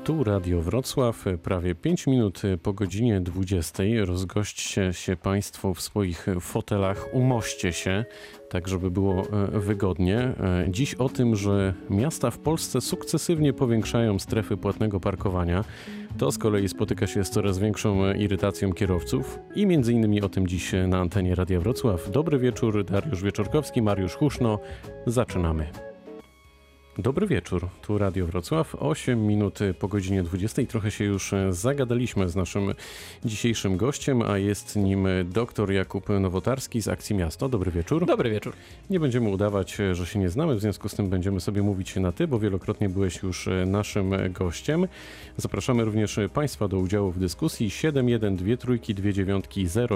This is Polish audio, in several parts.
Tu Radio Wrocław, prawie 5 minut po godzinie 20. Rozgośćcie się Państwo w swoich fotelach, umoście się, tak żeby było wygodnie. Dziś o tym, że miasta w Polsce sukcesywnie powiększają strefy płatnego parkowania. To z kolei spotyka się z coraz większą irytacją kierowców i między innymi o tym dziś na antenie Radia Wrocław. Dobry wieczór, Dariusz Wieczorkowski, Mariusz Huszno. Zaczynamy. Dobry wieczór, tu Radio Wrocław, 8 minut po godzinie 20. Trochę się już zagadaliśmy z naszym dzisiejszym gościem, a jest nim dr Jakub Nowotarski z Akcji Miasto. Dobry wieczór. Dobry wieczór. Nie będziemy udawać, że się nie znamy, w związku z tym będziemy sobie mówić na ty, bo wielokrotnie byłeś już naszym gościem. Zapraszamy również Państwa do udziału w dyskusji 71232929060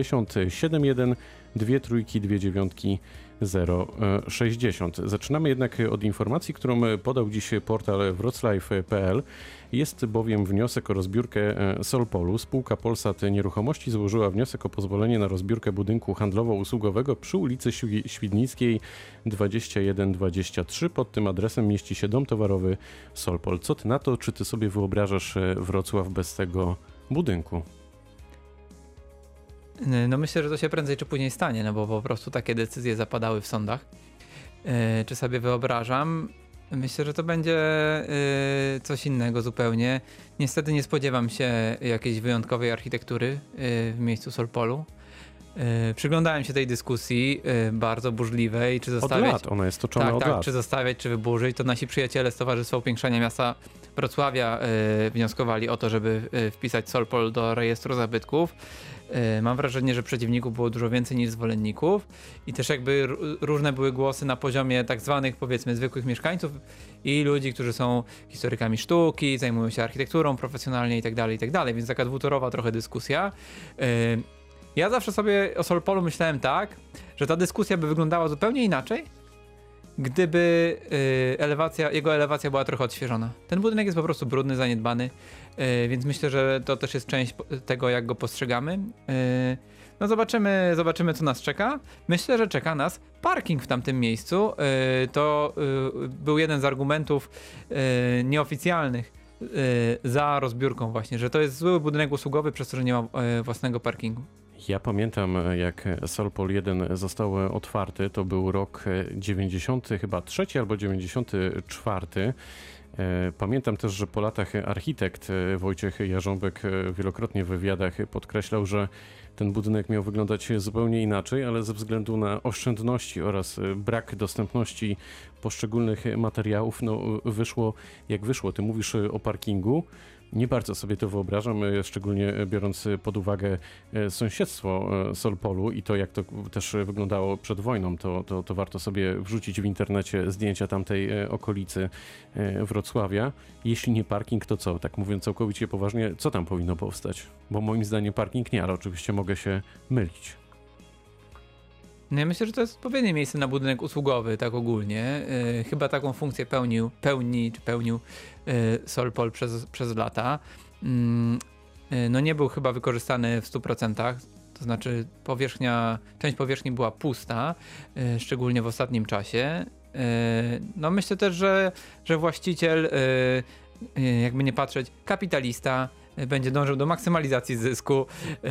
71232929060. Zaczynamy jednak od informacji, którą podał dziś portal wroclaw.pl. Jest bowiem wniosek o rozbiórkę Solpolu. Spółka Polsat Nieruchomości złożyła wniosek o pozwolenie na rozbiórkę budynku handlowo-usługowego przy ulicy Świdnickiej 2123. Pod tym adresem mieści się dom towarowy Solpol. Co ty na to? Czy ty sobie wyobrażasz Wrocław bez tego budynku? No myślę, że to się prędzej czy później stanie, no bo po prostu takie decyzje zapadały w sądach. Czy sobie wyobrażam? Myślę, że to będzie coś innego zupełnie. Niestety nie spodziewam się jakiejś wyjątkowej architektury w miejscu Solpolu. Przyglądałem się tej dyskusji bardzo burzliwej, czy zostawiać... Od lat, ona jest toczona od lat. Czy zostawiać, czy wyburzyć. To nasi przyjaciele z Towarzystwa Upiększania Miasta Wrocławia wnioskowali o to, żeby wpisać Solpol do rejestru zabytków. Mam wrażenie, że przeciwników było dużo więcej niż zwolenników i też jakby różne były głosy na poziomie tak zwanych, powiedzmy, zwykłych mieszkańców i ludzi, którzy są historykami sztuki, zajmują się architekturą profesjonalnie i tak dalej, więc taka dwutorowa trochę dyskusja. Ja zawsze sobie o Solpolu myślałem tak, że ta dyskusja by wyglądała zupełnie inaczej, gdyby jego elewacja była trochę odświeżona. Ten budynek jest po prostu brudny, zaniedbany, więc myślę, że to też jest część tego, jak go postrzegamy. No zobaczymy, co nas czeka. Myślę, że czeka nas parking w tamtym miejscu. To był jeden z argumentów nieoficjalnych za rozbiórką właśnie, że to jest zły budynek usługowy, przez to, że nie ma własnego parkingu. Ja pamiętam, jak Solpol 1 został otwarty, to był rok 93 albo 94. Pamiętam też, że po latach architekt Wojciech Jarząbek wielokrotnie w wywiadach podkreślał, że ten budynek miał wyglądać zupełnie inaczej, ale ze względu na oszczędności oraz brak dostępności poszczególnych materiałów, no wyszło jak wyszło. Ty mówisz o parkingu. Nie bardzo sobie to wyobrażam, szczególnie biorąc pod uwagę sąsiedztwo Solpolu i to, jak to też wyglądało przed wojną, to warto sobie wrzucić w internecie zdjęcia tamtej okolicy Wrocławia. Jeśli nie parking, to co? Tak mówiąc całkowicie poważnie, co tam powinno powstać? Bo moim zdaniem parking nie, ale oczywiście mogę się mylić. No ja myślę, że to jest odpowiednie miejsce na budynek usługowy, tak ogólnie. Chyba taką funkcję pełnił Solpol przez lata. No nie był chyba wykorzystany w 100%, to znaczy część powierzchni była pusta, szczególnie w ostatnim czasie. No myślę też, że właściciel, jakby nie patrzeć, kapitalista, będzie dążył do maksymalizacji zysku,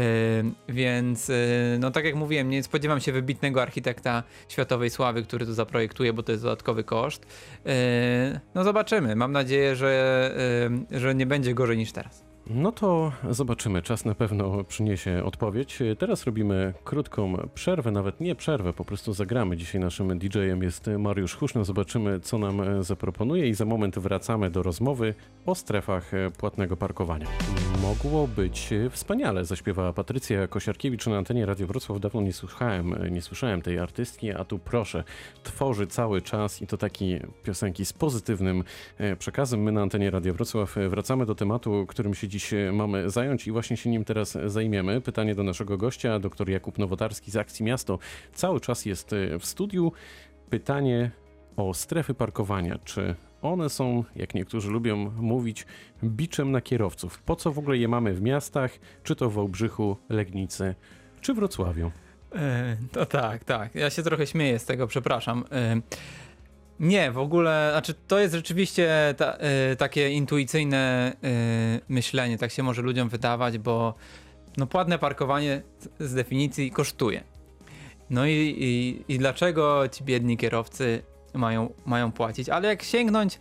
więc no tak jak mówiłem, nie spodziewam się wybitnego architekta światowej sławy, który to zaprojektuje, bo to jest dodatkowy koszt. No zobaczymy, mam nadzieję, że nie będzie gorzej niż teraz. No to zobaczymy, czas na pewno przyniesie odpowiedź. Teraz robimy krótką przerwę, nawet nie przerwę, po prostu zagramy. Dzisiaj naszym DJ-em jest Mariusz Huszno, zobaczymy, co nam zaproponuje i za moment wracamy do rozmowy o strefach płatnego parkowania. Mogło być wspaniale, zaśpiewała Patrycja Kosiarkiewicz na antenie Radio Wrocław. Dawno nie słyszałem tej artystki, a tu proszę, tworzy cały czas i to takie piosenki z pozytywnym przekazem. My na antenie Radio Wrocław wracamy do tematu, którym się dziś mamy zająć i właśnie się nim teraz zajmiemy. Pytanie do naszego gościa, dr Jakub Nowotarski z Akcji Miasto. Cały czas jest w studiu. Pytanie o strefy parkowania. Czy one są, jak niektórzy lubią mówić, biczem na kierowców? Po co w ogóle je mamy w miastach? Czy to w Wałbrzychu, Legnicy, czy Wrocławiu? To tak. Ja się trochę śmieję z tego, przepraszam. Nie, w ogóle, znaczy to jest rzeczywiście takie intuicyjne myślenie, tak się może ludziom wydawać, bo no płatne parkowanie z definicji kosztuje. No i dlaczego ci biedni kierowcy mają płacić? Ale jak sięgnąć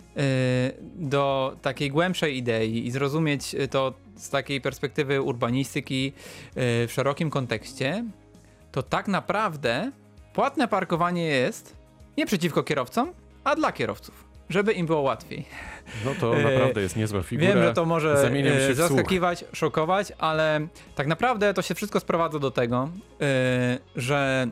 do takiej głębszej idei i zrozumieć to z takiej perspektywy urbanistyki w szerokim kontekście, to tak naprawdę płatne parkowanie jest nie przeciwko kierowcom, a dla kierowców, żeby im było łatwiej. No to naprawdę jest niezła figura. Wiem, że to może Zamieniam się w słuch. zaskakiwać, szokować, ale tak naprawdę to się wszystko sprowadza do tego, że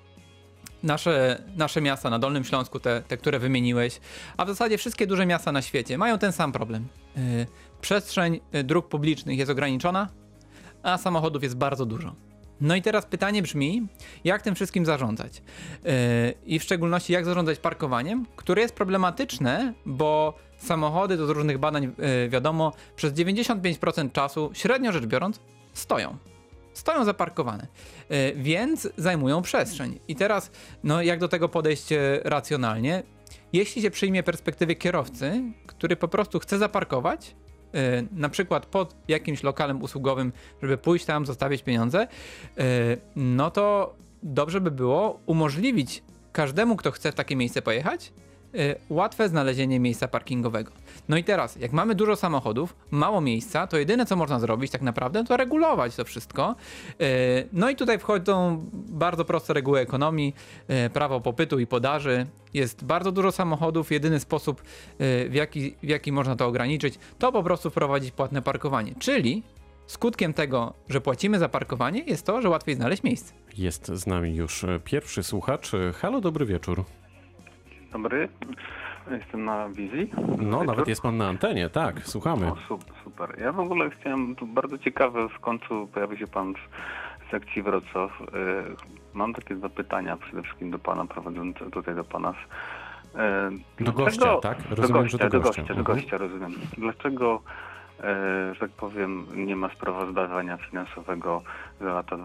nasze miasta na Dolnym Śląsku, te, które wymieniłeś, a w zasadzie wszystkie duże miasta na świecie mają ten sam problem. Przestrzeń dróg publicznych jest ograniczona, a samochodów jest bardzo dużo. No i teraz pytanie brzmi, jak tym wszystkim zarządzać? I w szczególności jak zarządzać parkowaniem, które jest problematyczne, bo samochody, to z różnych badań wiadomo, przez 95% czasu, średnio rzecz biorąc, stoją zaparkowane, więc zajmują przestrzeń. I teraz, no jak do tego podejść racjonalnie? Jeśli się przyjmie perspektywy kierowcy, który po prostu chce zaparkować, na przykład pod jakimś lokalem usługowym, żeby pójść tam, zostawić pieniądze, no to dobrze by było umożliwić każdemu, kto chce w takie miejsce pojechać, łatwe znalezienie miejsca parkingowego. No i teraz, jak mamy dużo samochodów, mało miejsca, to jedyne co można zrobić tak naprawdę to regulować to wszystko. No i tutaj wchodzą bardzo proste reguły ekonomii, prawo popytu i podaży. Jest bardzo dużo samochodów, jedyny sposób w jaki można to ograniczyć, to po prostu wprowadzić płatne parkowanie. Czyli skutkiem tego, że płacimy za parkowanie jest to, że łatwiej znaleźć miejsce. Jest z nami już pierwszy słuchacz. Halo, dobry wieczór. Dobry, jestem na wizji. No, nawet jest pan na antenie, tak, słuchamy. O, super. Ja w ogóle chciałem, tu bardzo ciekawe, w końcu pojawi się pan z sekcji Wrocław. Mam takie dwa pytania przede wszystkim do pana prowadzącego, tutaj do pana. Do gościa, tak? Rozumiem, że do gościa. Do gościa, rozumiem. Dlaczego, że tak powiem, nie ma sprawozdawania finansowego za lata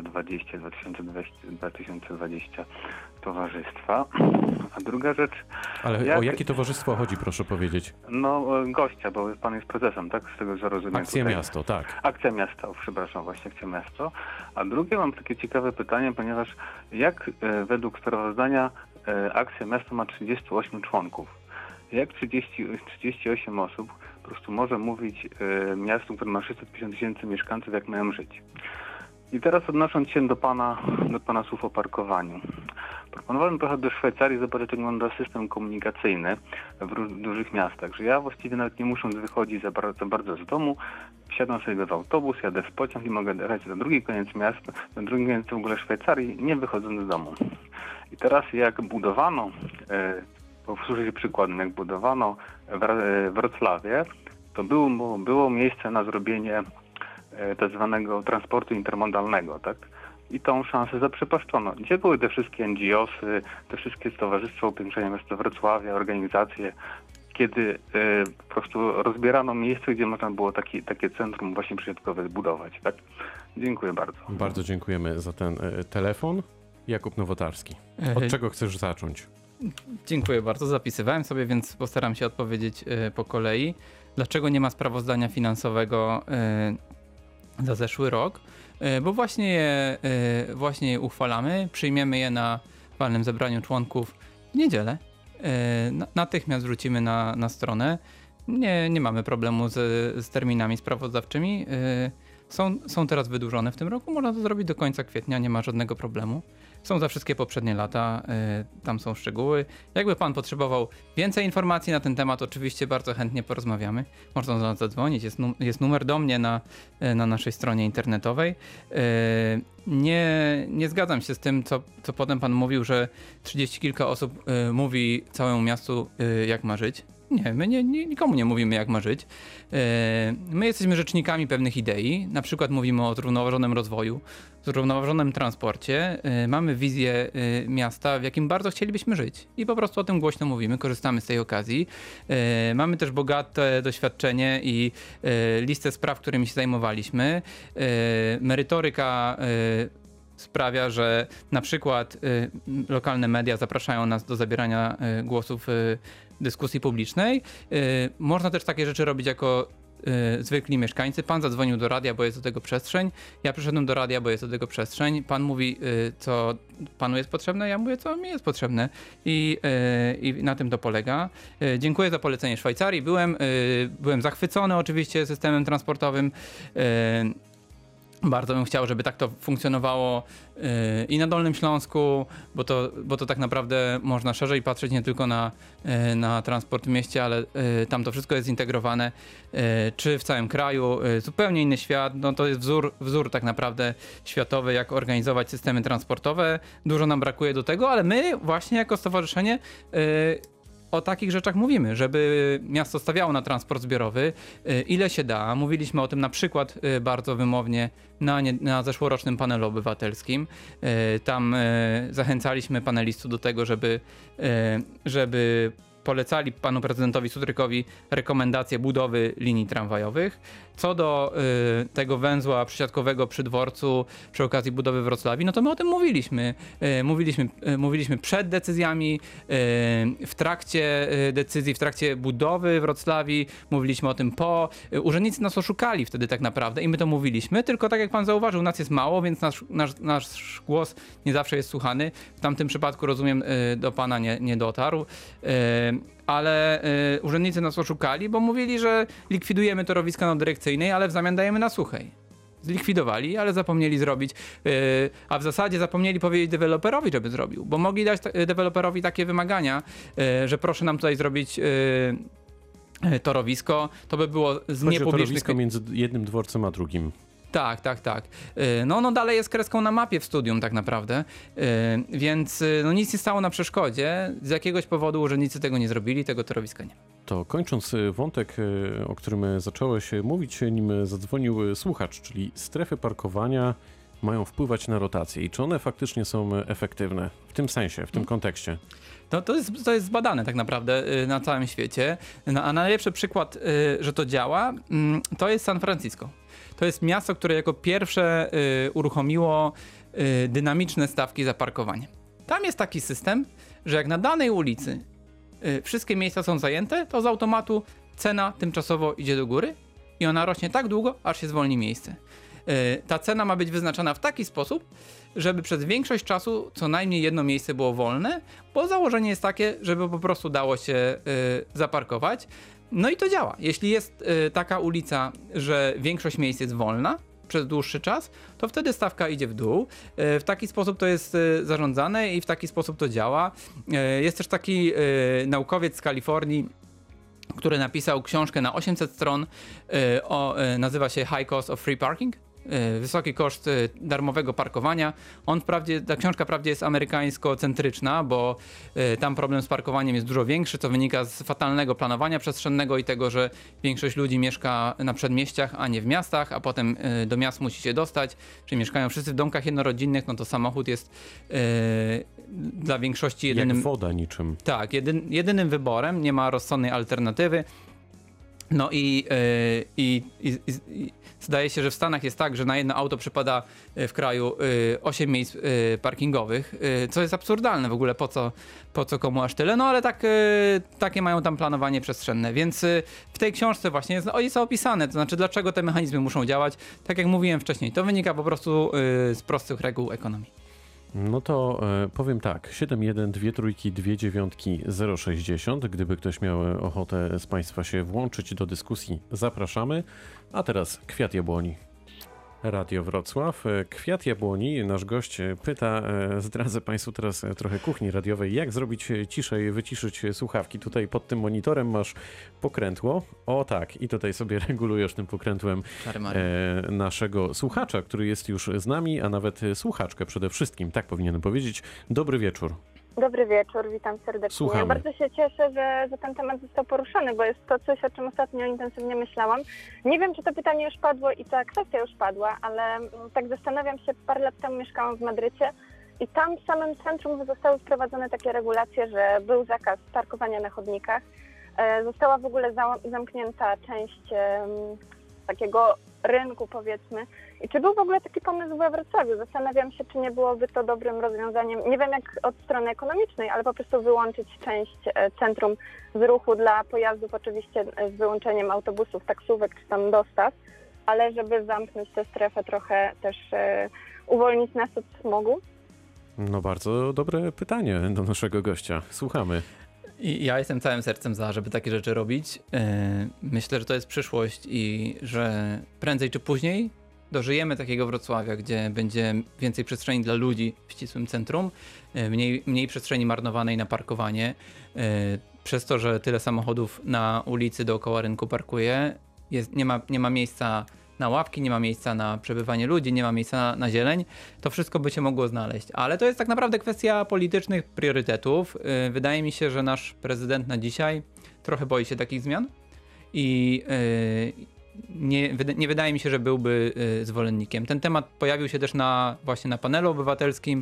2020-2020 towarzystwa? A druga rzecz... Ale o jakie towarzystwo chodzi, proszę powiedzieć? No, gościa, bo pan jest prezesem, tak? Z tego, co rozumiem. Akcja tutaj. Miasto, tak. Akcja Miasto, przepraszam, właśnie Akcja Miasto. A drugie mam takie ciekawe pytanie, ponieważ jak według sprawozdania Akcja Miasto ma 38 członków. Jak 38 osób po prostu może mówić miastu, które ma 650 000 mieszkańców, jak mają żyć? I teraz odnosząc się do pana słów o parkowaniu. Proponowałem pojechać do Szwajcarii, zobaczyć, jak wygląda system komunikacyjny w dużych miastach, że ja właściwie nawet nie musząc wychodzić za bardzo z domu, wsiadam sobie w autobus, jadę w pociąg i mogę jechać na drugi koniec miasta, na drugi koniec w ogóle Szwajcarii, nie wychodząc z domu. I teraz jak budowano, posłużę się przykładem, jak budowano w Wrocławie, to było miejsce na zrobienie tak zwanego transportu intermodalnego, tak? I tą szansę zaprzepaszczono. Gdzie były te wszystkie NGO-sy, te wszystkie Towarzystwa Upiększania Miasta Wrocławia, organizacje, kiedy po prostu rozbierano miejsce, gdzie można było takie centrum właśnie przysiadkowe zbudować, tak? Dziękuję bardzo. Bardzo dziękujemy za ten telefon. Jakub Nowotarski. Od czego chcesz zacząć? Dziękuję bardzo. Zapisywałem sobie, więc postaram się odpowiedzieć po kolei. Dlaczego nie ma sprawozdania finansowego za zeszły rok? Bo właśnie je uchwalamy, przyjmiemy je na walnym zebraniu członków w niedzielę. Natychmiast wrzucimy na stronę. Nie mamy problemu z terminami sprawozdawczymi. Są teraz wydłużone w tym roku, można to zrobić do końca kwietnia, nie ma żadnego problemu. Są za wszystkie poprzednie lata, tam są szczegóły. Jakby pan potrzebował więcej informacji na ten temat, oczywiście bardzo chętnie porozmawiamy. Można do nas zadzwonić, jest numer do mnie na naszej stronie internetowej. Nie zgadzam się z tym, co potem pan mówił, że 30 kilka osób mówi całemu miastu, jak ma żyć. Nie, my nikomu nie mówimy, jak ma żyć. My jesteśmy rzecznikami pewnych idei, na przykład mówimy o zrównoważonym rozwoju, zrównoważonym transporcie. Mamy wizję miasta, w jakim bardzo chcielibyśmy żyć i po prostu o tym głośno mówimy, korzystamy z tej okazji. Mamy też bogate doświadczenie i listę spraw, którymi się zajmowaliśmy. Merytoryka sprawia, że na przykład lokalne media zapraszają nas do zabierania głosów w dyskusji publicznej. Można też takie rzeczy robić jako zwykli mieszkańcy. Pan zadzwonił do radia, bo jest do tego przestrzeń. Ja przyszedłem do radia, bo jest do tego przestrzeń. Pan mówi, co panu jest potrzebne, ja mówię, co mi jest potrzebne. I na tym to polega. Dziękuję za polecenie Szwajcarii. Byłem zachwycony oczywiście systemem transportowym. Bardzo bym chciał, żeby tak to funkcjonowało i na Dolnym Śląsku, bo to tak naprawdę można szerzej patrzeć nie tylko na transport w mieście, ale tam to wszystko jest zintegrowane, czy w całym kraju. Zupełnie inny świat, no to jest wzór tak naprawdę światowy, jak organizować systemy transportowe. Dużo nam brakuje do tego, ale my właśnie jako stowarzyszenie o takich rzeczach mówimy, żeby miasto stawiało na transport zbiorowy, ile się da. Mówiliśmy o tym na przykład bardzo wymownie na zeszłorocznym panelu obywatelskim. Tam zachęcaliśmy panelistów do tego, żeby polecali panu prezydentowi Sutrykowi rekomendacje budowy linii tramwajowych. Co do tego węzła przysiadkowego przy dworcu przy okazji budowy Wrocławii, no to my o tym mówiliśmy. Mówiliśmy przed decyzjami, w trakcie decyzji, w trakcie budowy Wrocławii, mówiliśmy o tym po. Urzędnicy nas oszukali wtedy tak naprawdę i my to mówiliśmy, tylko tak jak pan zauważył, nas jest mało, więc nasz głos nie zawsze jest słuchany. W tamtym przypadku, rozumiem, do pana nie dotarł. Ale urzędnicy nas oszukali, bo mówili, że likwidujemy torowiska na dyrekcyjnej, ale w zamian dajemy na suchej. Zlikwidowali, ale zapomnieli zrobić, a w zasadzie zapomnieli powiedzieć deweloperowi, żeby zrobił, bo mogli dać deweloperowi takie wymagania, że proszę nam tutaj zrobić torowisko, to by było z Chodzi niepublicznych... o torowisko między jednym dworcem a drugim. Tak. No dalej jest kreską na mapie w studium tak naprawdę, więc nic nie stało na przeszkodzie. Z jakiegoś powodu urzędnicy tego nie zrobili, tego torowiska nie. To kończąc wątek, o którym zacząłeś mówić, nim zadzwonił słuchacz, czyli strefy parkowania mają wpływać na rotację i czy one faktycznie są efektywne w tym sensie, w tym kontekście? To jest zbadane tak naprawdę na całym świecie, a najlepszy przykład, że to działa, to jest San Francisco. To jest miasto, które jako pierwsze uruchomiło dynamiczne stawki za parkowanie. Tam jest taki system, że jak na danej ulicy wszystkie miejsca są zajęte, to z automatu cena tymczasowo idzie do góry i ona rośnie tak długo, aż się zwolni miejsce. Ta cena ma być wyznaczana w taki sposób, żeby przez większość czasu co najmniej jedno miejsce było wolne, bo założenie jest takie, żeby po prostu dało się zaparkować. No i to działa. Jeśli jest taka ulica, że większość miejsc jest wolna przez dłuższy czas, to wtedy stawka idzie w dół. W taki sposób to jest zarządzane i w taki sposób to działa. Jest też taki naukowiec z Kalifornii, który napisał książkę na 800 stron, nazywa się High Cost of Free Parking. Wysoki koszt darmowego parkowania. Ta książka wprawdzie jest amerykańsko-centryczna, bo tam problem z parkowaniem jest dużo większy, co wynika z fatalnego planowania przestrzennego i tego, że większość ludzi mieszka na przedmieściach, a nie w miastach, a potem do miast musi się dostać, czyli mieszkają wszyscy w domkach jednorodzinnych, no to samochód jest dla większości jedynym... Jak woda niczym. Tak, jedynym wyborem, nie ma rozsądnej alternatywy. No i zdaje się, że w Stanach jest tak, że na jedno auto przypada w kraju 8 miejsc parkingowych, co jest absurdalne w ogóle, po co komu aż tyle, no ale takie mają tam planowanie przestrzenne, więc w tej książce właśnie jest opisane, to znaczy dlaczego te mechanizmy muszą działać, tak jak mówiłem wcześniej, to wynika po prostu z prostych reguł ekonomii. No to powiem tak, 7123299 gdyby ktoś miał ochotę z Państwa się włączyć do dyskusji, zapraszamy. A teraz Kwiat Jabłoni. Radio Wrocław. Kwiat Jabłoni, nasz gość pyta, zdradzę Państwu teraz trochę kuchni radiowej, jak zrobić ciszej, wyciszyć słuchawki. Tutaj pod tym monitorem masz pokrętło. O tak, i tutaj sobie regulujesz tym pokrętłem naszego słuchacza, który jest już z nami, a nawet słuchaczkę przede wszystkim, tak powinienem powiedzieć. Dobry wieczór. Dobry wieczór, witam serdecznie. Słuchamy. Bardzo się cieszę, że ten temat został poruszony, bo jest to coś, o czym ostatnio intensywnie myślałam. Nie wiem, czy to pytanie już padło i ta kwestia już padła, ale tak zastanawiam się, parę lat temu mieszkałam w Madrycie i tam w samym centrum zostały wprowadzone takie regulacje, że był zakaz parkowania na chodnikach. Została w ogóle zamknięta część takiego rynku, powiedzmy. I czy był w ogóle taki pomysł we Wrocławiu? Zastanawiam się, czy nie byłoby to dobrym rozwiązaniem, nie wiem jak od strony ekonomicznej, ale po prostu wyłączyć część centrum z ruchu dla pojazdów, oczywiście z wyłączeniem autobusów, taksówek czy tam dostaw, ale żeby zamknąć tę strefę trochę też uwolnić nas od smogu. No bardzo dobre pytanie do naszego gościa. Słuchamy. I ja jestem całym sercem za, żeby takie rzeczy robić. Myślę, że to jest przyszłość i że prędzej czy później dożyjemy takiego Wrocławia, gdzie będzie więcej przestrzeni dla ludzi w ścisłym centrum, mniej przestrzeni marnowanej na parkowanie. Przez to, że tyle samochodów na ulicy dookoła rynku parkuje, nie ma miejsca na ławki, nie ma miejsca na przebywanie ludzi, nie ma miejsca na zieleń, to wszystko by się mogło znaleźć. Ale to jest tak naprawdę kwestia politycznych priorytetów. Wydaje mi się, że nasz prezydent na dzisiaj trochę boi się takich zmian i nie wydaje mi się, że byłby zwolennikiem. Ten temat pojawił się też właśnie na panelu obywatelskim.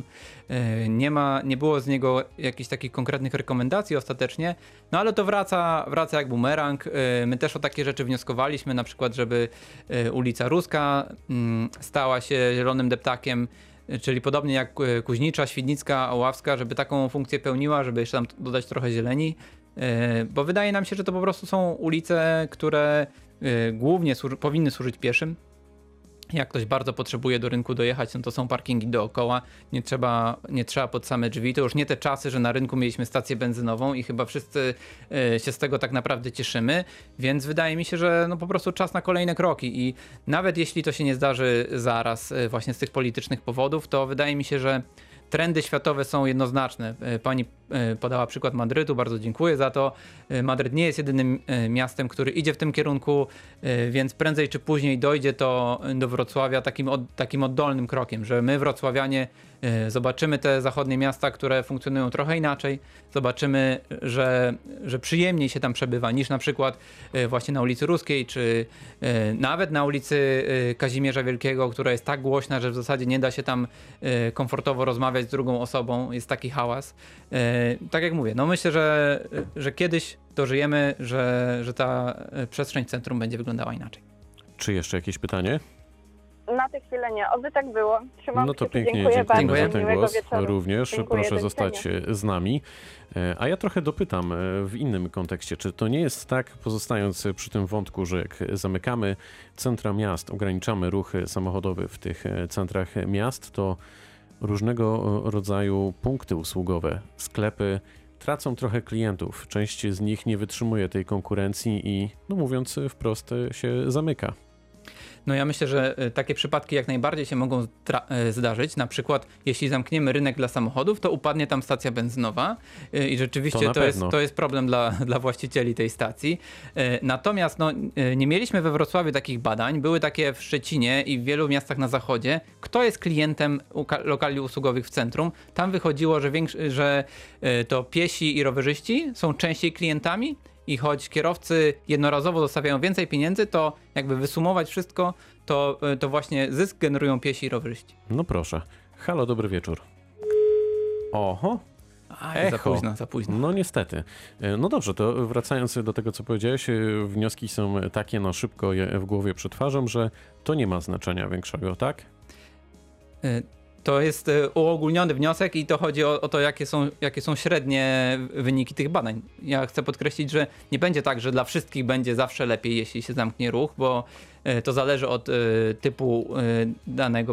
Nie było z niego jakichś takich konkretnych rekomendacji ostatecznie, no ale to wraca jak bumerang. My też o takie rzeczy wnioskowaliśmy, na przykład, żeby ulica Ruska stała się zielonym deptakiem, czyli podobnie jak Kuźnicza, Świdnicka, Oławska, żeby taką funkcję pełniła, żeby jeszcze tam dodać trochę zieleni, bo wydaje nam się, że to po prostu są ulice, które głównie powinny służyć pieszym. Jak ktoś bardzo potrzebuje do rynku dojechać, no to są parkingi dookoła, nie trzeba pod same drzwi. To już nie te czasy, że na rynku mieliśmy stację benzynową i chyba wszyscy się z tego tak naprawdę cieszymy, więc wydaje mi się, że no po prostu czas na kolejne kroki i nawet jeśli to się nie zdarzy zaraz właśnie z tych politycznych powodów, to wydaje mi się, że trendy światowe są jednoznaczne. Pani podała przykład Madrytu, bardzo dziękuję za to. Madryt nie jest jedynym miastem, który idzie w tym kierunku, więc prędzej czy później dojdzie to do Wrocławia takim oddolnym krokiem, że my wrocławianie zobaczymy te zachodnie miasta, które funkcjonują trochę inaczej, zobaczymy, że przyjemniej się tam przebywa niż na przykład właśnie na ulicy Ruskiej, czy nawet na ulicy Kazimierza Wielkiego, która jest tak głośna, że w zasadzie nie da się tam komfortowo rozmawiać z drugą osobą, jest taki hałas. Tak jak mówię, no myślę, że kiedyś dożyjemy, że ta przestrzeń centrum będzie wyglądała inaczej. Czy jeszcze jakieś pytanie? Na tę chwilę nie, oby tak było. Trzymam No to kciuki. pięknie Dziękuję dziękujemy bardzo. za ten Miłego głos. wieczoru. Również Dziękuję, proszę do zostać z nami. A ja trochę dopytam w innym kontekście. Czy to nie jest tak, pozostając przy tym wątku, że jak zamykamy centra miast, ograniczamy ruchy samochodowy w tych centrach miast, to różnego rodzaju punkty usługowe, sklepy tracą trochę klientów. Część z nich nie wytrzymuje tej konkurencji i, no mówiąc wprost, się zamyka. No ja myślę, że takie przypadki jak najbardziej się mogą zdarzyć. Na przykład jeśli zamkniemy rynek dla samochodów, to upadnie tam stacja benzynowa i rzeczywiście to jest problem dla właścicieli tej stacji. Natomiast no, nie mieliśmy we Wrocławiu takich badań, były takie w Szczecinie i w wielu miastach na zachodzie. Kto jest klientem lokali usługowych w centrum? Tam wychodziło, że to piesi i rowerzyści są częściej klientami. I choć kierowcy jednorazowo zostawiają więcej pieniędzy, to jakby wysumować wszystko, to właśnie zysk generują piesi i rowerzyści. No proszę. Halo, dobry wieczór. Oho. Echo. Za późno. No niestety. No dobrze, to wracając do tego, co powiedziałeś, wnioski są takie, no szybko je w głowie przetwarzam, że to nie ma znaczenia większego, tak? To jest uogólniony wniosek i to chodzi o to, jakie są średnie wyniki tych badań. Ja chcę podkreślić, że nie będzie tak, że dla wszystkich będzie zawsze lepiej, jeśli się zamknie ruch, bo to zależy od typu danego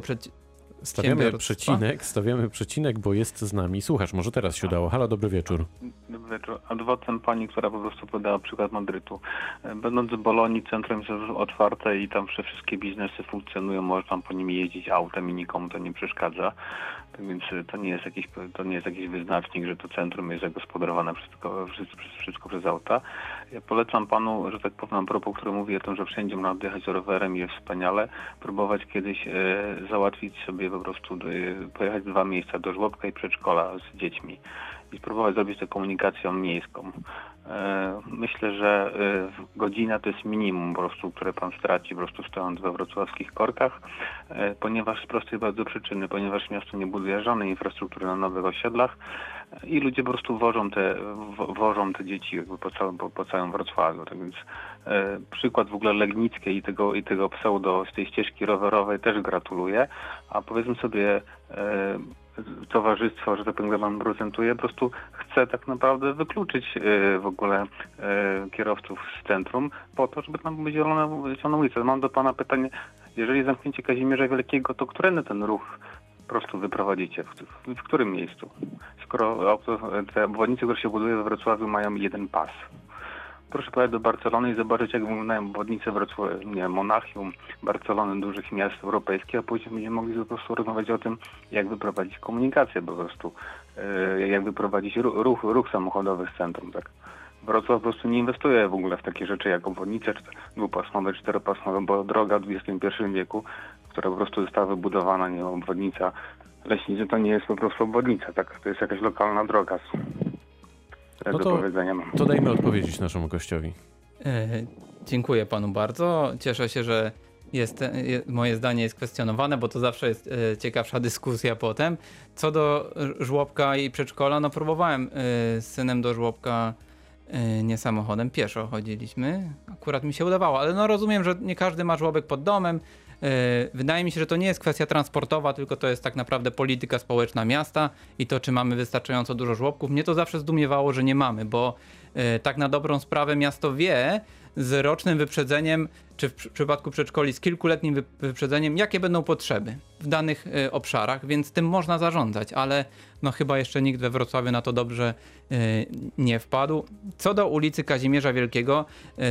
Stawiamy przecinek, bo jest z nami. Słuchasz, może teraz się udało. Halo, dobry wieczór. Dobry wieczór. Adwokatem pani, która po prostu podała przykład Madrytu. Będąc w Bolonii, centrum jest otwarte i tam wszystkie biznesy funkcjonują, może tam po nim jeździć autem i nikomu to nie przeszkadza. Tak więc to nie jest jakiś wyznacznik, że to centrum jest zagospodarowane wszystko przez auta. Ja polecam panu, że tak powiem, a propos, który mówi o tym, że wszędzie można odjechać rowerem i jest wspaniale, próbować kiedyś załatwić sobie po prostu, pojechać w 2 miejsca, do żłobka i przedszkola z dziećmi i spróbować zrobić tę komunikacją miejską. Myślę, że godzina to jest minimum po prostu, które pan straci po prostu stojąc we wrocławskich korkach, ponieważ z prostej bardzo przyczyny, ponieważ miasto nie buduje żadnej infrastruktury na nowych osiedlach i ludzie po prostu wożą te dzieci jakby po całym Wrocławiu. Tak więc przykład w ogóle Legnickiej i tego pseudo z tej ścieżki rowerowej też gratuluję, a powiedzmy sobie towarzystwo, że tak powiem, pan prezentuje, po prostu chce tak naprawdę wykluczyć w ogóle kierowców z centrum po to, żeby tam były zielone ulice. Mam do pana pytanie, jeżeli zamknięcie Kazimierza Wielkiego, to którędy ten ruch po prostu wyprowadzicie? W którym miejscu? Skoro te obwodnice, które się buduje we Wrocławiu, mają jeden pas. Proszę pojechać do Barcelony i zobaczyć, jak wyglądają obwodnice Monachium, Barcelony, dużych miast europejskich, a później będziemy mogli po prostu rozmawiać o tym, jak wyprowadzić komunikację po prostu, jak wyprowadzić ruch samochodowy z centrum, tak. Wrocław po prostu nie inwestuje w ogóle w takie rzeczy jak obwodnice dwupasmowe, czteropasmowe, bo droga w XXI wieku, która po prostu została wybudowana, nie obwodnica Leśnicy, to nie jest po prostu obwodnica, tak, to jest jakaś lokalna droga. No to dajmy odpowiedzieć naszemu gościowi. Dziękuję panu bardzo. Cieszę się, że moje zdanie jest kwestionowane, bo to zawsze jest ciekawsza dyskusja potem. Co do żłobka i przedszkola, no próbowałem z synem do żłobka nie samochodem, pieszo chodziliśmy. Akurat mi się udawało, ale no rozumiem, że nie każdy ma żłobek pod domem. Wydaje mi się, że to nie jest kwestia transportowa, tylko to jest tak naprawdę polityka społeczna miasta i to, czy mamy wystarczająco dużo żłobków. Mnie to zawsze zdumiewało, że nie mamy, bo tak na dobrą sprawę miasto wie z rocznym wyprzedzeniem, czy w przypadku przedszkoli z kilkuletnim wyprzedzeniem, jakie będą potrzeby w danych obszarach, więc tym można zarządzać, ale no chyba jeszcze nikt we Wrocławiu na to dobrze nie wpadł. Co do ulicy Kazimierza Wielkiego,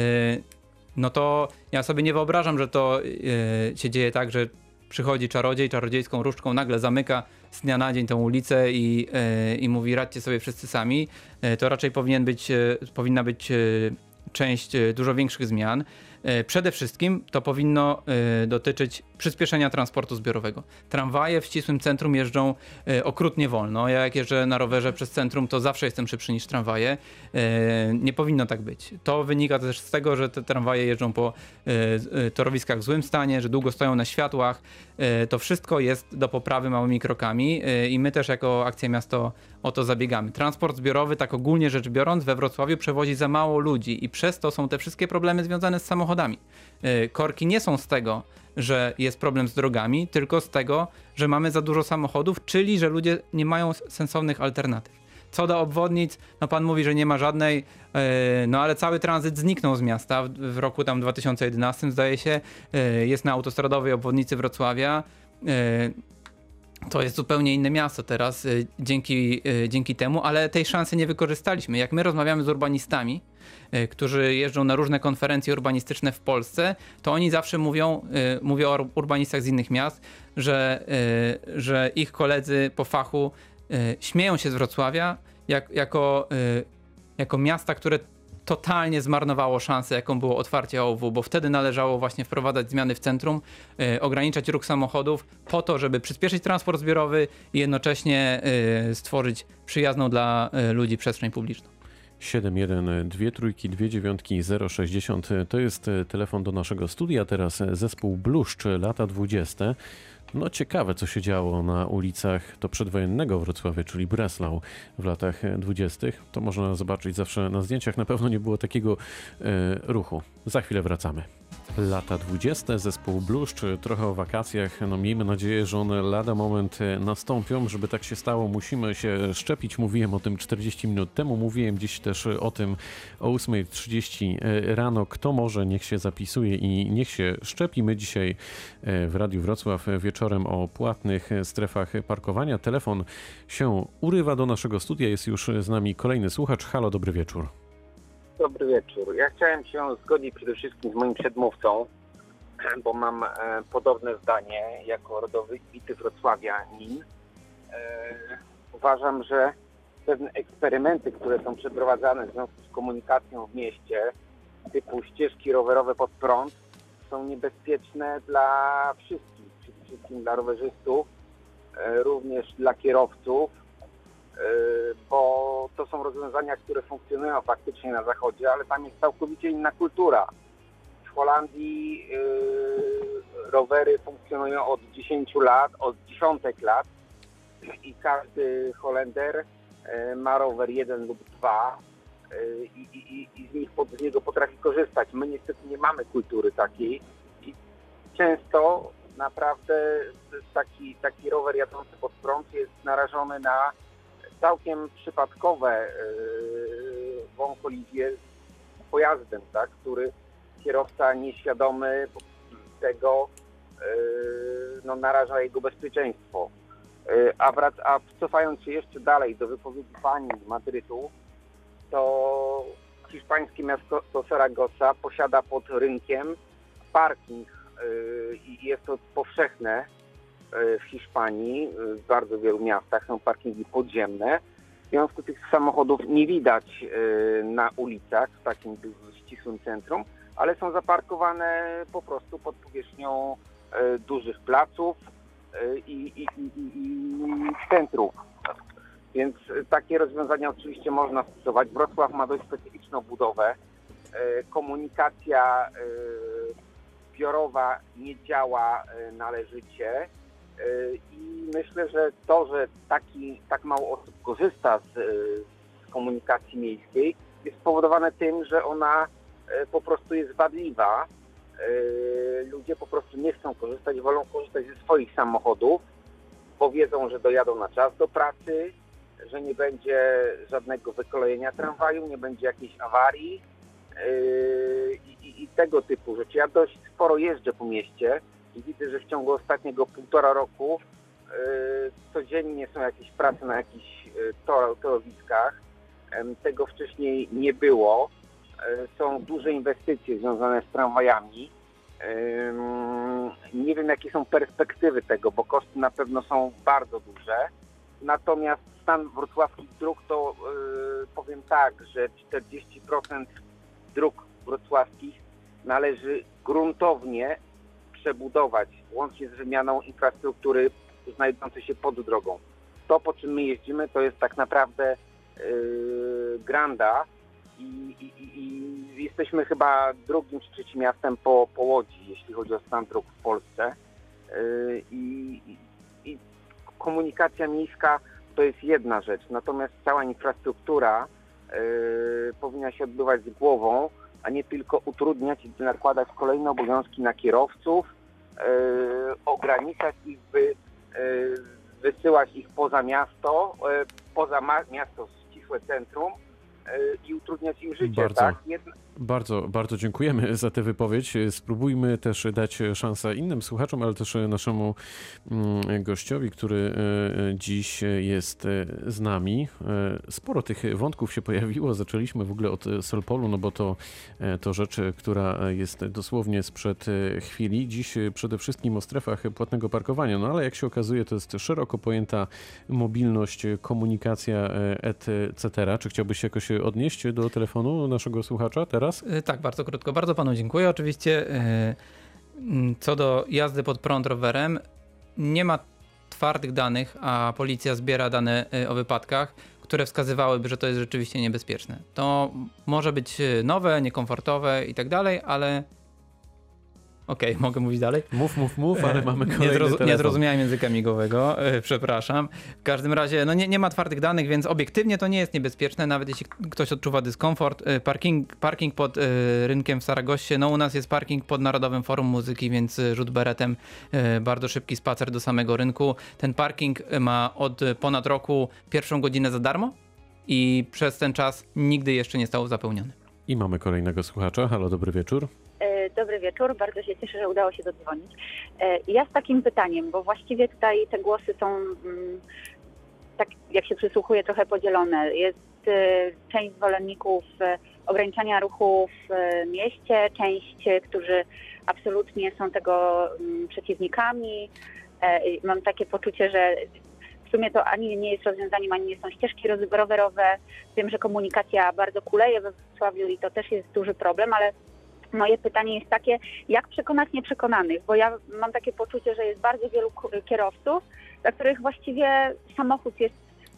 no to ja sobie nie wyobrażam, że to się dzieje tak, że przychodzi czarodziej, czarodziejską różdżką nagle zamyka z dnia na dzień tą ulicę i mówi radźcie sobie wszyscy sami. To raczej powinna być część dużo większych zmian. Przede wszystkim to powinno dotyczyć przyspieszenia transportu zbiorowego. Tramwaje w ścisłym centrum jeżdżą okrutnie wolno. Ja jak jeżdżę na rowerze przez centrum, to zawsze jestem szybszy niż tramwaje. Nie powinno tak być. To wynika też z tego, że te tramwaje jeżdżą po torowiskach w złym stanie, że długo stoją na światłach. To wszystko jest do poprawy małymi krokami i my też jako Akcja Miasto o to zabiegamy. Transport zbiorowy, tak ogólnie rzecz biorąc, we Wrocławiu przewozi za mało ludzi i przez to są te wszystkie problemy związane z samochodami. Korki nie są z tego, że jest problem z drogami, tylko z tego, że mamy za dużo samochodów, czyli że ludzie nie mają sensownych alternatyw. Co do obwodnic, no pan mówi, że nie ma żadnej, no ale cały tranzyt zniknął z miasta w roku tam 2011, zdaje się, jest na autostradowej obwodnicy Wrocławia. To jest zupełnie inne miasto teraz dzięki temu, ale tej szansy nie wykorzystaliśmy. Jak my rozmawiamy z urbanistami, którzy jeżdżą na różne konferencje urbanistyczne w Polsce, to oni zawsze mówią o urbanistach z innych miast, że ich koledzy po fachu śmieją się z Wrocławia jako miasta, które totalnie zmarnowało szansę, jaką było otwarcie AOW, bo wtedy należało właśnie wprowadzać zmiany w centrum, ograniczać ruch samochodów po to, żeby przyspieszyć transport zbiorowy i jednocześnie stworzyć przyjazną dla ludzi przestrzeń publiczną. 712329060 to jest telefon do naszego studia. Teraz zespół Bluszcz, lata 20. No ciekawe, co się działo na ulicach do przedwojennego Wrocławia, czyli Breslau w latach 20. To można zobaczyć zawsze na zdjęciach. Na pewno nie było takiego ruchu. Za chwilę wracamy. Lata 20, zespół Bluszcz, trochę o wakacjach. No miejmy nadzieję, że one lada moment nastąpią. Żeby tak się stało, musimy się szczepić. Mówiłem o tym 40 minut temu. Mówiłem dziś też o tym o 8:30 rano. Kto może, niech się zapisuje i niech się szczepi. My dzisiaj w Radiu Wrocław wieczorem o płatnych strefach parkowania. Telefon się urywa do naszego studia. Jest już z nami kolejny słuchacz. Halo, dobry wieczór. Dobry wieczór. Ja chciałem się zgodzić przede wszystkim z moim przedmówcą, bo mam podobne zdanie jako rodowity wrocławianin. Uważam, że pewne eksperymenty, które są przeprowadzane w związku z komunikacją w mieście, typu ścieżki rowerowe pod prąd, są niebezpieczne dla wszystkich, przede wszystkim dla rowerzystów, również dla kierowców. bo to są rozwiązania, które funkcjonują faktycznie na zachodzie, ale tam jest całkowicie inna kultura. W Holandii rowery funkcjonują od 10 lat, od dziesiątek lat i każdy Holender ma rower 1 lub 2 i z niego potrafi korzystać. My niestety nie mamy kultury takiej i często naprawdę taki rower jadący pod prąd jest narażony na całkiem przypadkowe kolizje z pojazdem, tak, który kierowca nieświadomy tego naraża jego bezpieczeństwo. A cofając się jeszcze dalej do wypowiedzi pani z Madrytu, to hiszpańskie miasto Saragossa posiada pod rynkiem parking i jest to powszechne w Hiszpanii, w bardzo wielu miastach są parkingi podziemne. W związku tych samochodów nie widać na ulicach w takim ścisłym centrum, ale są zaparkowane po prostu pod powierzchnią dużych placów i centrów. Więc takie rozwiązania oczywiście można stosować. Wrocław ma dość specyficzną budowę. Komunikacja zbiorowa nie działa należycie i myślę, że to, że tak mało osób korzysta z komunikacji miejskiej, jest spowodowane tym, że ona po prostu jest wadliwa. Ludzie po prostu nie chcą korzystać, wolą korzystać ze swoich samochodów, bo wiedzą, że dojadą na czas do pracy, że nie będzie żadnego wykolejenia tramwaju, nie będzie jakiejś awarii i tego typu rzeczy. Ja dość sporo jeżdżę po mieście i widzę, że w ciągu ostatniego 1,5 roku codziennie są jakieś prace na jakichś torowiskach. Tego wcześniej nie było. Są duże inwestycje związane z tramwajami. Nie wiem, jakie są perspektywy tego, bo koszty na pewno są bardzo duże. Natomiast stan wrocławskich dróg to powiem tak, że 40% dróg wrocławskich należy gruntownie przebudować, łącznie z wymianą infrastruktury znajdującej się pod drogą. To, po czym my jeździmy, to jest tak naprawdę granda i jesteśmy chyba drugim czy trzecim miastem po Łodzi, jeśli chodzi o stan dróg w Polsce. I komunikacja miejska to jest jedna rzecz, natomiast cała infrastruktura powinna się odbywać z głową, a nie tylko utrudniać i nakładać kolejne obowiązki na kierowców, ograniczać ich, wysyłać ich poza miasto, miasto ścisłe centrum i utrudniać im życie. Bardzo. Tak? Bardzo dziękujemy za tę wypowiedź. Spróbujmy też dać szansę innym słuchaczom, ale też naszemu gościowi, który dziś jest z nami. Sporo tych wątków się pojawiło. Zaczęliśmy w ogóle od Solpolu, no bo to rzecz, która jest dosłownie sprzed chwili. Dziś przede wszystkim o strefach płatnego parkowania, no ale jak się okazuje, to jest szeroko pojęta mobilność, komunikacja, etc. Czy chciałbyś się jakoś odnieść do telefonu naszego słuchacza teraz? Tak, bardzo krótko. Bardzo panu dziękuję. Oczywiście co do jazdy pod prąd rowerem, nie ma twardych danych, a policja zbiera dane o wypadkach, które wskazywałyby, że to jest rzeczywiście niebezpieczne. To może być nowe, niekomfortowe i tak dalej, ale okej, mogę mówić dalej? Mów, ale mamy kolejny telefon. Nie zrozumiałem języka migowego, przepraszam. W każdym razie nie ma twardych danych, więc obiektywnie to nie jest niebezpieczne, nawet jeśli ktoś odczuwa dyskomfort. Parking pod rynkiem w Saragossie, no u nas jest parking pod Narodowym Forum Muzyki, więc rzut beretem, bardzo szybki spacer do samego rynku. Ten parking ma od ponad roku 1 godzinę za darmo i przez ten czas nigdy jeszcze nie został zapełniony. I mamy kolejnego słuchacza. Halo, dobry wieczór. Dobry wieczór, bardzo się cieszę, że udało się dodzwonić. Ja z takim pytaniem, bo właściwie tutaj te głosy są, tak jak się przysłuchuję, trochę podzielone. Jest część zwolenników ograniczania ruchu w mieście, część, którzy absolutnie są tego przeciwnikami. Mam takie poczucie, że w sumie to ani nie jest rozwiązaniem, ani nie są ścieżki rowerowe. Wiem, że komunikacja bardzo kuleje we Wrocławiu i to też jest duży problem, ale moje pytanie jest takie, jak przekonać nieprzekonanych, bo ja mam takie poczucie, że jest bardzo wielu kierowców, dla których właściwie samochód jest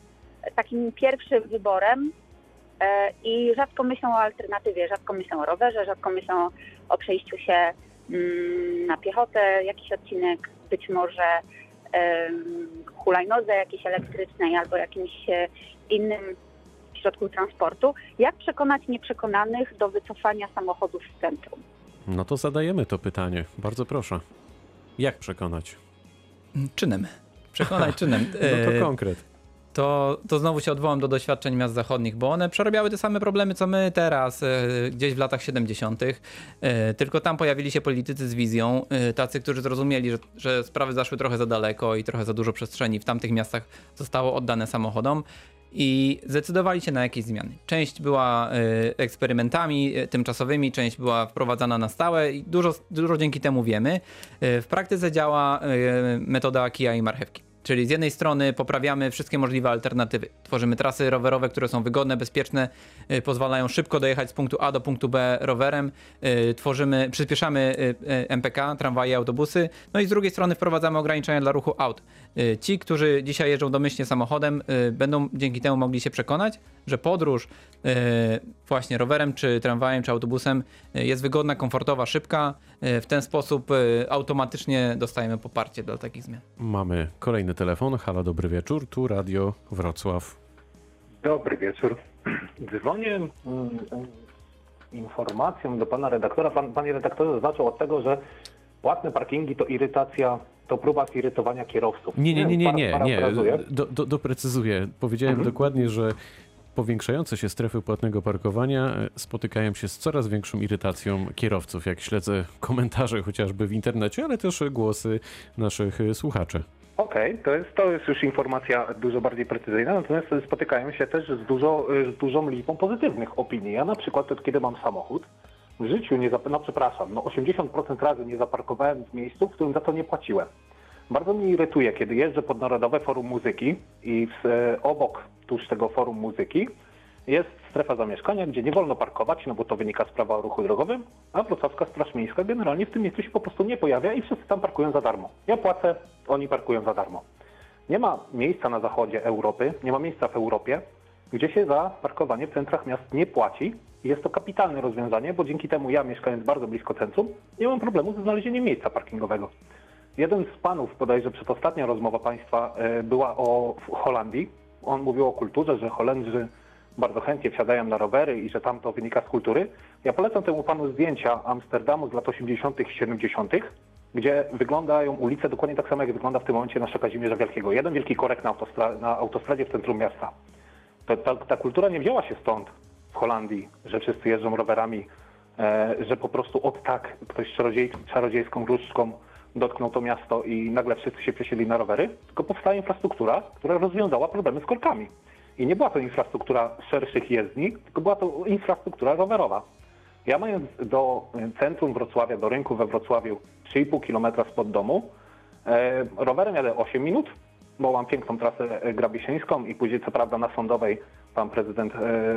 takim pierwszym wyborem i rzadko myślą o alternatywie, rzadko myślą o rowerze, rzadko myślą o przejściu się na piechotę, jakiś odcinek, być może hulajnodze jakiejś elektrycznej albo jakimś innym środku transportu. Jak przekonać nieprzekonanych do wycofania samochodów z centrum? No to zadajemy to pytanie. Bardzo proszę. Jak przekonać? Czynem. Przekonać czynem. No to konkret. To znowu się odwołam do doświadczeń miast zachodnich, bo one przerabiały te same problemy, co my teraz, gdzieś w latach 70. Tylko tam pojawili się politycy z wizją, tacy, którzy zrozumieli, że sprawy zaszły trochę za daleko i trochę za dużo przestrzeni w tamtych miastach zostało oddane samochodom i zdecydowali się na jakieś zmiany. Część była eksperymentami tymczasowymi, część była wprowadzana na stałe i dużo dzięki temu wiemy. W praktyce działa metoda kija i marchewki. Czyli z jednej strony poprawiamy wszystkie możliwe alternatywy. Tworzymy trasy rowerowe, które są wygodne, bezpieczne, pozwalają szybko dojechać z punktu A do punktu B rowerem. Przyspieszamy MPK, tramwaje, autobusy. No i z drugiej strony wprowadzamy ograniczenia dla ruchu aut. Ci, którzy dzisiaj jeżdżą domyślnie samochodem, będą dzięki temu mogli się przekonać, że podróż właśnie rowerem, czy tramwajem, czy autobusem jest wygodna, komfortowa, szybka. W ten sposób automatycznie dostajemy poparcie dla takich zmian. Mamy kolejny telefon. Halo, dobry wieczór. Tu Radio Wrocław. Dobry wieczór. Dzwonię informacją do pana redaktora. Panie redaktorze zaczął od tego, że płatne parkingi to irytacja, to próba zirytowania kierowców. Nie. Doprecyzuję. Powiedziałem dokładnie, że powiększające się strefy płatnego parkowania spotykają się z coraz większą irytacją kierowców, jak śledzę komentarze chociażby w internecie, ale też głosy naszych słuchaczy. Okej, to jest już informacja dużo bardziej precyzyjna, natomiast spotykają się też z dużą liczbą pozytywnych opinii. Ja na przykład, kiedy mam samochód, w życiu 80% razy nie zaparkowałem w miejscu, w którym za to nie płaciłem. Bardzo mnie irytuje, kiedy jeżdżę pod Narodowe Forum Muzyki i obok, tuż tego Forum Muzyki, jest strefa zamieszkania, gdzie nie wolno parkować, no bo to wynika z prawa o ruchu drogowym, a wrocławska Straż Miejska generalnie w tym miejscu się po prostu nie pojawia i wszyscy tam parkują za darmo. Ja płacę, oni parkują za darmo. Nie ma miejsca na zachodzie Europy, nie ma miejsca w Europie, gdzie się za parkowanie w centrach miast nie płaci. I jest to kapitalne rozwiązanie, bo dzięki temu ja, mieszkając bardzo blisko centrum, nie mam problemu ze znalezieniem miejsca parkingowego. Jeden z panów, bodajże przedostatnia rozmowa państwa była o Holandii. On mówił o kulturze, że Holendrzy bardzo chętnie wsiadają na rowery i że tam to wynika z kultury. Ja polecam temu panu zdjęcia Amsterdamu z lat 80. i 70., gdzie wyglądają ulice dokładnie tak samo, jak wygląda w tym momencie nasza Kazimierza Wielkiego. Jeden wielki korek na autostradzie w centrum miasta. Ta kultura nie wzięła się stąd w Holandii, że wszyscy jeżdżą rowerami, że po prostu od tak ktoś czarodziejską różdżką dotknął to miasto i nagle wszyscy się przesiedli na rowery, tylko powstała infrastruktura, która rozwiązała problemy z korkami. I nie była to infrastruktura szerszych jezdni, tylko była to infrastruktura rowerowa. Ja mając do centrum Wrocławia, do rynku we Wrocławiu 3,5 km spod domu, rowerem jadę 8 minut, bo mam piękną trasę grabisieńską i później co prawda na Sądowej pan prezydent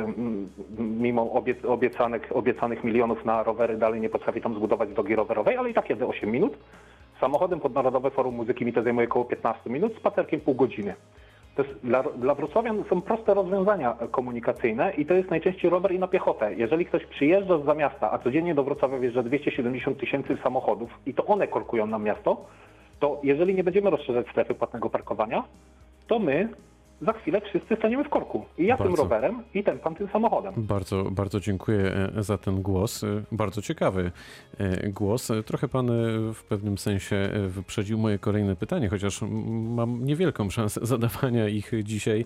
mimo obiecanych milionów na rowery dalej nie potrafi tam zbudować drogi rowerowej, ale i tak jadę 8 minut. Samochodem pod Narodowe Forum Muzyki mi to zajmuje około 15 minut, spacerkiem pół godziny. To jest, dla wrocławian są proste rozwiązania komunikacyjne i to jest najczęściej rower i na piechotę. Jeżeli ktoś przyjeżdża zza miasta, a codziennie do Wrocławia wjeżdża 270 000 samochodów i to one korkują nam miasto, to jeżeli nie będziemy rozszerzać strefy płatnego parkowania, to my za chwilę wszyscy staniemy w korku. I ja tym rowerem i ten pan tym samochodem. Bardzo dziękuję za ten głos. Bardzo ciekawy głos. Trochę pan w pewnym sensie wyprzedził moje kolejne pytanie, chociaż mam niewielką szansę zadawania ich dzisiaj,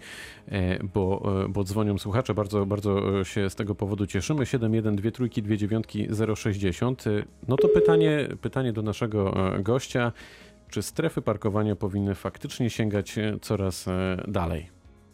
bo dzwonią słuchacze. Bardzo się z tego powodu cieszymy. 712322960. No to pytanie do naszego gościa. Czy strefy parkowania powinny faktycznie sięgać coraz dalej?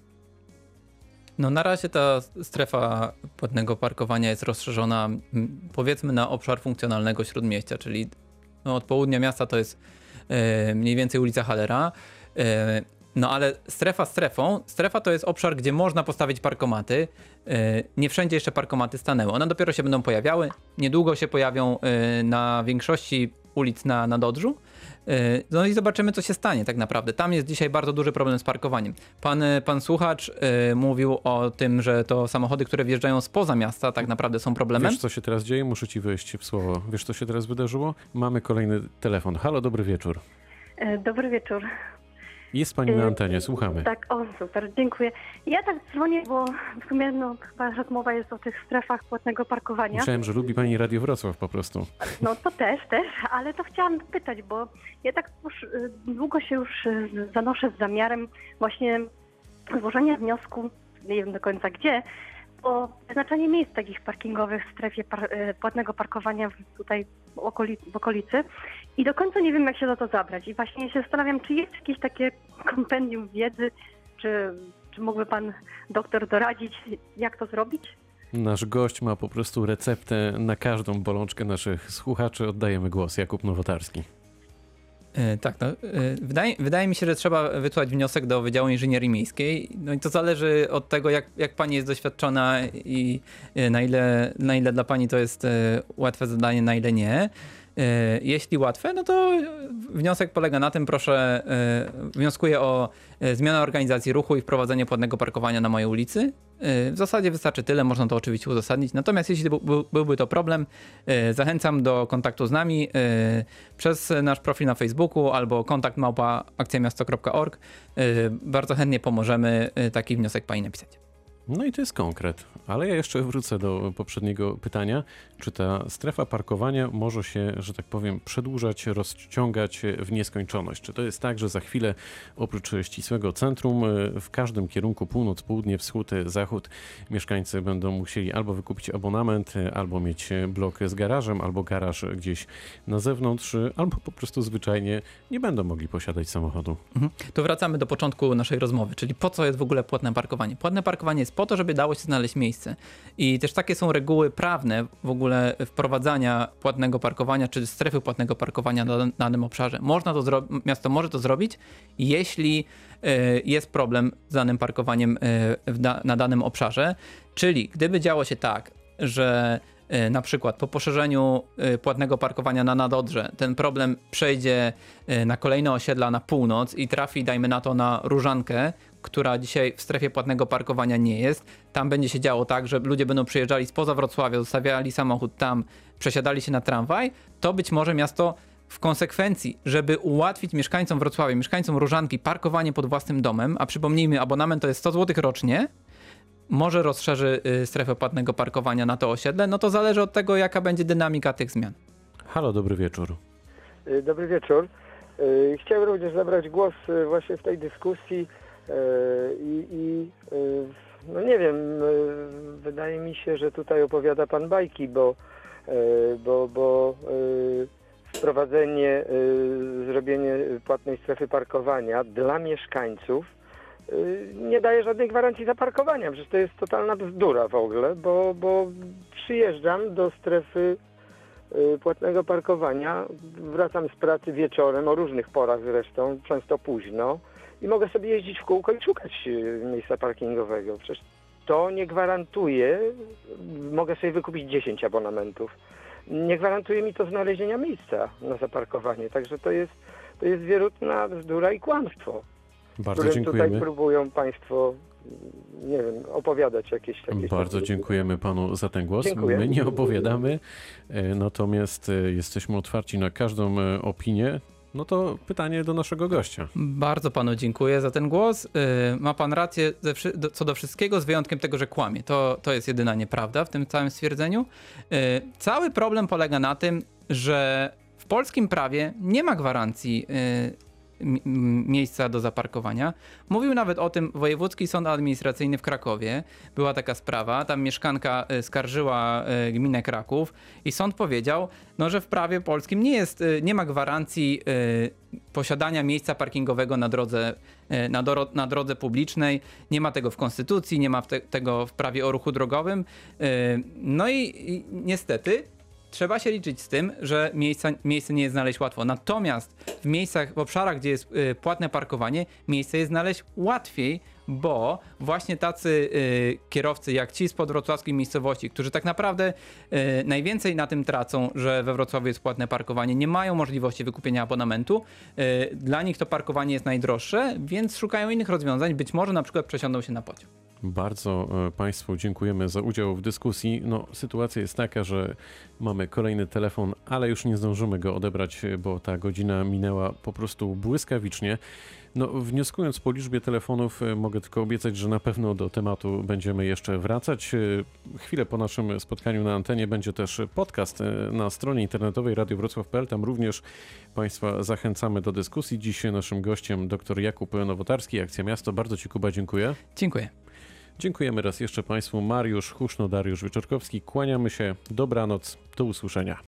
No na razie ta strefa płatnego parkowania jest rozszerzona powiedzmy na obszar funkcjonalnego śródmieścia, czyli od południa miasta to jest mniej więcej ulica Hallera. No ale strefa to jest obszar, gdzie można postawić parkomaty. Nie wszędzie jeszcze parkomaty stanęły. One dopiero się będą pojawiały. Niedługo się pojawią na większości ulic na Dodrzu. No i zobaczymy, co się stanie tak naprawdę. Tam jest dzisiaj bardzo duży problem z parkowaniem. Pan słuchacz mówił o tym, że to samochody, które wjeżdżają spoza miasta, tak naprawdę są problemem. Wiesz, co się teraz dzieje? Muszę ci wejść w słowo. Wiesz, co się teraz wydarzyło? Mamy kolejny telefon. Halo, dobry wieczór. Dobry wieczór. Jest pani na antenie, słuchamy. Tak, super, dziękuję. Ja tak dzwonię, bo w sumie chyba rozmowa jest o tych strefach płatnego parkowania. Myślałem, że lubi pani Radio Wrocław po prostu. No to też, ale to chciałam pytać, bo ja tak już długo się już zanoszę z zamiarem właśnie złożenia wniosku, nie wiem do końca gdzie, o wyznaczenie miejsc takich parkingowych w strefie płatnego parkowania tutaj w okolicy i do końca nie wiem, jak się za to zabrać. I właśnie się zastanawiam, czy jest jakieś takie kompendium wiedzy, czy mógłby pan doktor doradzić, jak to zrobić? Nasz gość ma po prostu receptę na każdą bolączkę naszych słuchaczy. Oddajemy głos. Jakub Nowotarski. Tak, no, wydaje mi się, że trzeba wysłać wniosek do Wydziału Inżynierii Miejskiej. No i to zależy od tego, jak pani jest doświadczona i na ile dla pani to jest łatwe zadanie, na ile nie. Jeśli łatwe, no to wniosek polega na tym, wnioskuję o zmianę organizacji ruchu i wprowadzenie płatnego parkowania na mojej ulicy. W zasadzie wystarczy tyle, można to oczywiście uzasadnić. Natomiast jeśli byłby to problem, zachęcam do kontaktu z nami przez nasz profil na Facebooku albo kontakt@akcjamiasto.org. Bardzo chętnie pomożemy taki wniosek pani napisać. No i to jest konkret, ale ja jeszcze wrócę do poprzedniego pytania. Czy ta strefa parkowania może się, że tak powiem, przedłużać, rozciągać w nieskończoność? Czy to jest tak, że za chwilę oprócz ścisłego centrum w każdym kierunku północ, południe, wschód, zachód mieszkańcy będą musieli albo wykupić abonament, albo mieć blok z garażem, albo garaż gdzieś na zewnątrz, albo po prostu zwyczajnie nie będą mogli posiadać samochodu? To wracamy do początku naszej rozmowy, czyli po co jest w ogóle płatne parkowanie? Płatne parkowanie jest po to, żeby dało się znaleźć miejsce. I też takie są reguły prawne w ogóle wprowadzania płatnego parkowania, czy strefy płatnego parkowania na danym obszarze. Miasto może to zrobić, jeśli jest problem z danym parkowaniem na danym obszarze. Czyli gdyby działo się tak, że na przykład po poszerzeniu płatnego parkowania na Nadodrze ten problem przejdzie na kolejne osiedla na północ i trafi, dajmy na to, na Różankę, która dzisiaj w strefie płatnego parkowania nie jest. Tam będzie się działo tak, że ludzie będą przyjeżdżali spoza Wrocławia, zostawiali samochód tam, przesiadali się na tramwaj, to być może miasto w konsekwencji, żeby ułatwić mieszkańcom Wrocławia, mieszkańcom Różanki parkowanie pod własnym domem, a przypomnijmy, abonament to jest 100 zł rocznie, może rozszerzy strefę płatnego parkowania na to osiedle, no to zależy od tego, jaka będzie dynamika tych zmian. Halo, dobry wieczór. Dobry wieczór. Chciałem również zabrać głos właśnie w tej dyskusji no nie wiem, wydaje mi się, że tutaj opowiada pan bajki, bo wprowadzenie, zrobienie płatnej strefy parkowania dla mieszkańców nie daje żadnej gwarancji zaparkowania. Przecież to jest totalna bzdura w ogóle, bo przyjeżdżam do strefy płatnego parkowania, wracam z pracy wieczorem, o różnych porach zresztą, często późno, i mogę sobie jeździć w kółko i szukać miejsca parkingowego. Przecież to nie gwarantuje, mogę sobie wykupić 10 abonamentów, nie gwarantuje mi to znalezienia miejsca na zaparkowanie. Także to jest wierutna bzdura i kłamstwo. Bardzo którym dziękujemy. Tutaj próbują państwo, nie wiem, opowiadać jakieś Bardzo dziękujemy panu za ten głos. Dziękuję. My nie opowiadamy, natomiast jesteśmy otwarci na każdą opinię. No to pytanie do naszego gościa. Bardzo panu dziękuję za ten głos. Ma pan rację co do wszystkiego, z wyjątkiem tego, że kłamie. To jest jedyna nieprawda w tym całym stwierdzeniu. Cały problem polega na tym, że w polskim prawie nie ma gwarancji miejsca do zaparkowania. Mówił nawet o tym Wojewódzki Sąd Administracyjny w Krakowie. Była taka sprawa, tam mieszkanka skarżyła gminę Kraków i sąd powiedział, no, że w prawie polskim nie ma gwarancji posiadania miejsca parkingowego na drodze publicznej. Nie ma tego w konstytucji, nie ma tego w prawie o ruchu drogowym. No i niestety trzeba się liczyć z tym, że miejsce nie jest znaleźć łatwo. Natomiast w obszarach, gdzie jest płatne parkowanie, miejsce jest znaleźć łatwiej, bo właśnie tacy kierowcy jak ci z podwrocławskiej miejscowości, którzy tak naprawdę najwięcej na tym tracą, że we Wrocławiu jest płatne parkowanie, nie mają możliwości wykupienia abonamentu. Dla nich to parkowanie jest najdroższe, więc szukają innych rozwiązań. Być może na przykład przesiądą się na pociąg. Bardzo Państwu dziękujemy za udział w dyskusji. No, sytuacja jest taka, że mamy kolejny telefon, ale już nie zdążymy go odebrać, bo ta godzina minęła po prostu błyskawicznie. No, wnioskując po liczbie telefonów, mogę tylko obiecać, że na pewno do tematu będziemy jeszcze wracać. Chwilę po naszym spotkaniu na antenie będzie też podcast na stronie internetowej radiowrocław.pl. Tam również Państwa zachęcamy do dyskusji. Dziś naszym gościem dr Jakub Nowotarski, Akcja Miasto. Bardzo Ci, Kuba, dziękuję. Dziękuję. Dziękujemy raz jeszcze Państwu. Mariusz Huszno, Dariusz Wieczorkowski. Kłaniamy się. Dobranoc. Do usłyszenia.